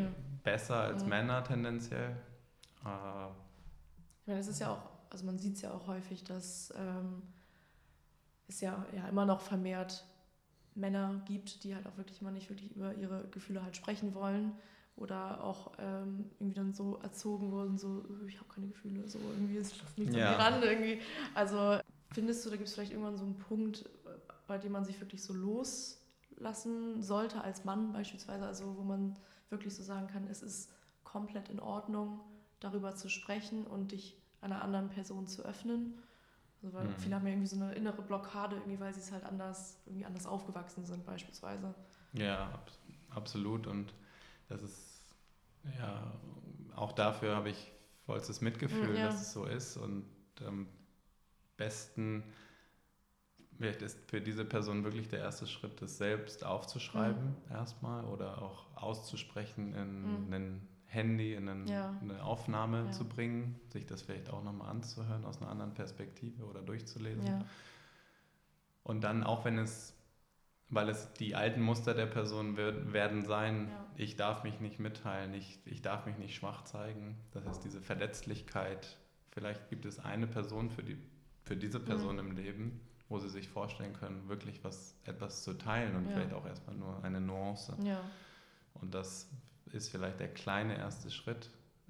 besser als Mhm. Männer tendenziell. Äh, Ich meine, es ist ja auch, also man sieht es ja auch häufig, dass ähm, es ja, ja immer noch vermehrt Männer gibt, die halt auch wirklich immer nicht wirklich über ihre Gefühle halt sprechen wollen oder auch ähm, irgendwie dann so erzogen wurden, so, ich habe keine Gefühle, so irgendwie, es schafft nichts Ja. an die Rande irgendwie. Also findest du, da gibt es vielleicht irgendwann so einen Punkt, bei dem man sich wirklich so loslassen sollte als Mann beispielsweise, also wo man wirklich so sagen kann, es ist komplett in Ordnung, darüber zu sprechen und dich einer anderen Person zu öffnen. Also weil Mhm. viele haben ja irgendwie so eine innere Blockade, irgendwie, weil sie es halt anders, irgendwie anders aufgewachsen sind beispielsweise. Ja, ab, absolut. Und das ist, ja, auch dafür habe ich vollstes Mitgefühl, Ja. dass es so ist. Und am besten vielleicht ist für diese Person wirklich der erste Schritt, das selbst aufzuschreiben Mhm. erstmal oder auch auszusprechen, in Mhm. ein Handy, in einen, Ja. eine Aufnahme Ja. zu bringen, sich das vielleicht auch nochmal anzuhören aus einer anderen Perspektive oder durchzulesen. Ja. Und dann, auch wenn es, weil es die alten Muster der Person wird, werden sein, Ja. ich darf mich nicht mitteilen, ich, ich darf mich nicht schwach zeigen. Das heißt, diese Verletzlichkeit, vielleicht gibt es eine Person für, die, für diese Person Mhm. im Leben, wo sie sich vorstellen können, wirklich was, etwas zu teilen und Ja. vielleicht auch erstmal nur eine Nuance. Ja. Und das ist vielleicht der kleine erste Schritt, äh,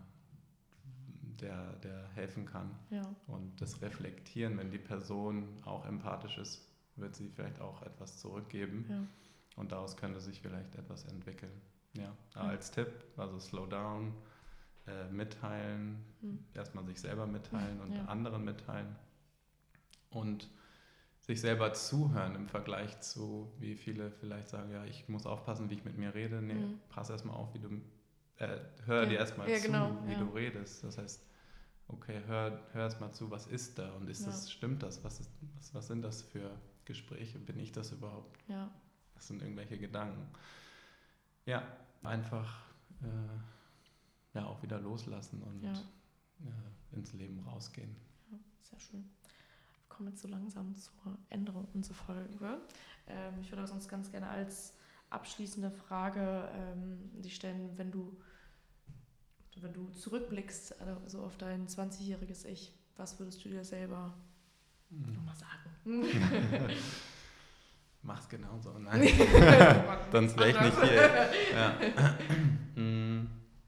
der, der helfen kann. Ja. Und das Reflektieren, wenn die Person auch empathisch ist, wird sie vielleicht auch etwas zurückgeben. Ja. Und daraus könnte sich vielleicht etwas entwickeln. Ja, Ja. als Tipp, also slow down, äh, mitteilen, Mhm. erstmal sich selber mitteilen und Ja. anderen mitteilen. Und sich selber zuhören im Vergleich zu, wie viele vielleicht sagen, ja, ich muss aufpassen, wie ich mit mir rede. Nee, Mhm. pass erstmal auf, wie du, äh, hör Ja. dir erstmal Ja, zu, genau, wie ja. du redest. Das heißt, okay, hör, hör erstmal zu, was ist da und ist Ja. das, stimmt das? Was, ist, was, was sind das für Gespräche? Bin ich das überhaupt? Ja. Das sind irgendwelche Gedanken. Ja, einfach äh, ja, auch wieder loslassen und Ja. äh, ins Leben rausgehen. Ja, sehr schön. Wir kommen jetzt so langsam zur Änderung unserer Folge. Ähm, ich würde aber sonst ganz gerne als abschließende Frage ähm, die stellen, wenn du, wenn du zurückblickst, also so auf dein zwanzigjähriges Ich, was würdest du dir selber Mhm. nochmal sagen? Mach's genauso. Nein. Sonst wäre ich nicht hier. Ja. Mm.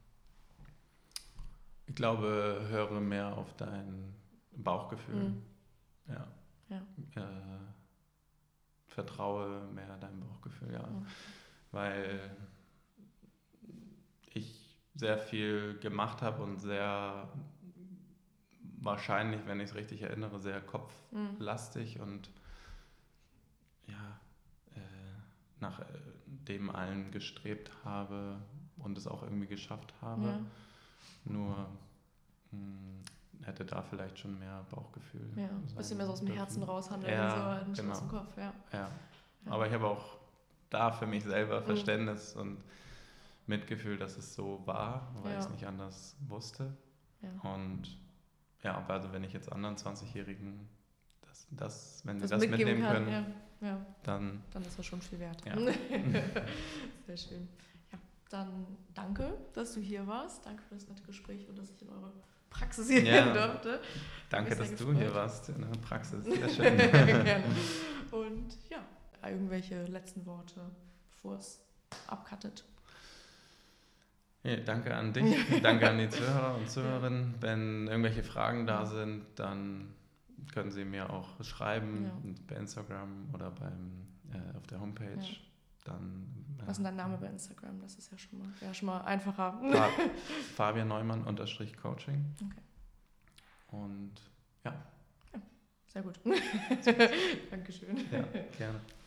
Ich glaube, höre mehr auf dein Bauchgefühl. Mhm. Ja. Ja. Äh, vertraue mehr deinem Bauchgefühl, ja. Mhm. Weil ich sehr viel gemacht habe und sehr wahrscheinlich, wenn ich es richtig erinnere, sehr kopflastig Mhm. und ja, äh, nach äh, dem allen gestrebt habe und es auch irgendwie geschafft habe. Ja. Nur mh, hätte da vielleicht schon mehr Bauchgefühl. Ja, ein sein bisschen mehr so aus dem dürfen. Herzen raushandeln, Ja, so nicht genau. aus dem Kopf, ja. Ja. Ja. Aber ich habe auch da für mich selber Mhm. Verständnis und Mitgefühl, dass es so war, weil Ja. ich es nicht anders wusste. Ja. Und ja, also wenn ich jetzt anderen zwanzigjährigen das, das, wenn sie Das das mitgeben mitnehmen kann, können, ja. Ja. dann Dann ist das schon viel wert. Ja. Sehr schön. Ja, dann danke, dass du hier warst. Danke für das nette Gespräch und dass ich in eure Praxis hier Ja. gehen durfte. danke, Mich sehr dass du gefreut. hier warst in der Praxis. Sehr schön. Gerne. Und ja, irgendwelche letzten Worte, bevor es abcuttet. Ja, danke an dich, danke an die Zuhörer und Zuhörerinnen. Wenn irgendwelche Fragen da sind, dann können Sie mir auch schreiben Ja. bei Instagram oder beim, äh, auf der Homepage. Ja. Dann, äh, Was ist denn dein Name bei Instagram? Das ist ja schon mal, ja, schon mal einfacher. Fa- Fabian Neumann unterstrich Coaching. Okay. Und ja, Sehr gut. Dankeschön. ja, gerne.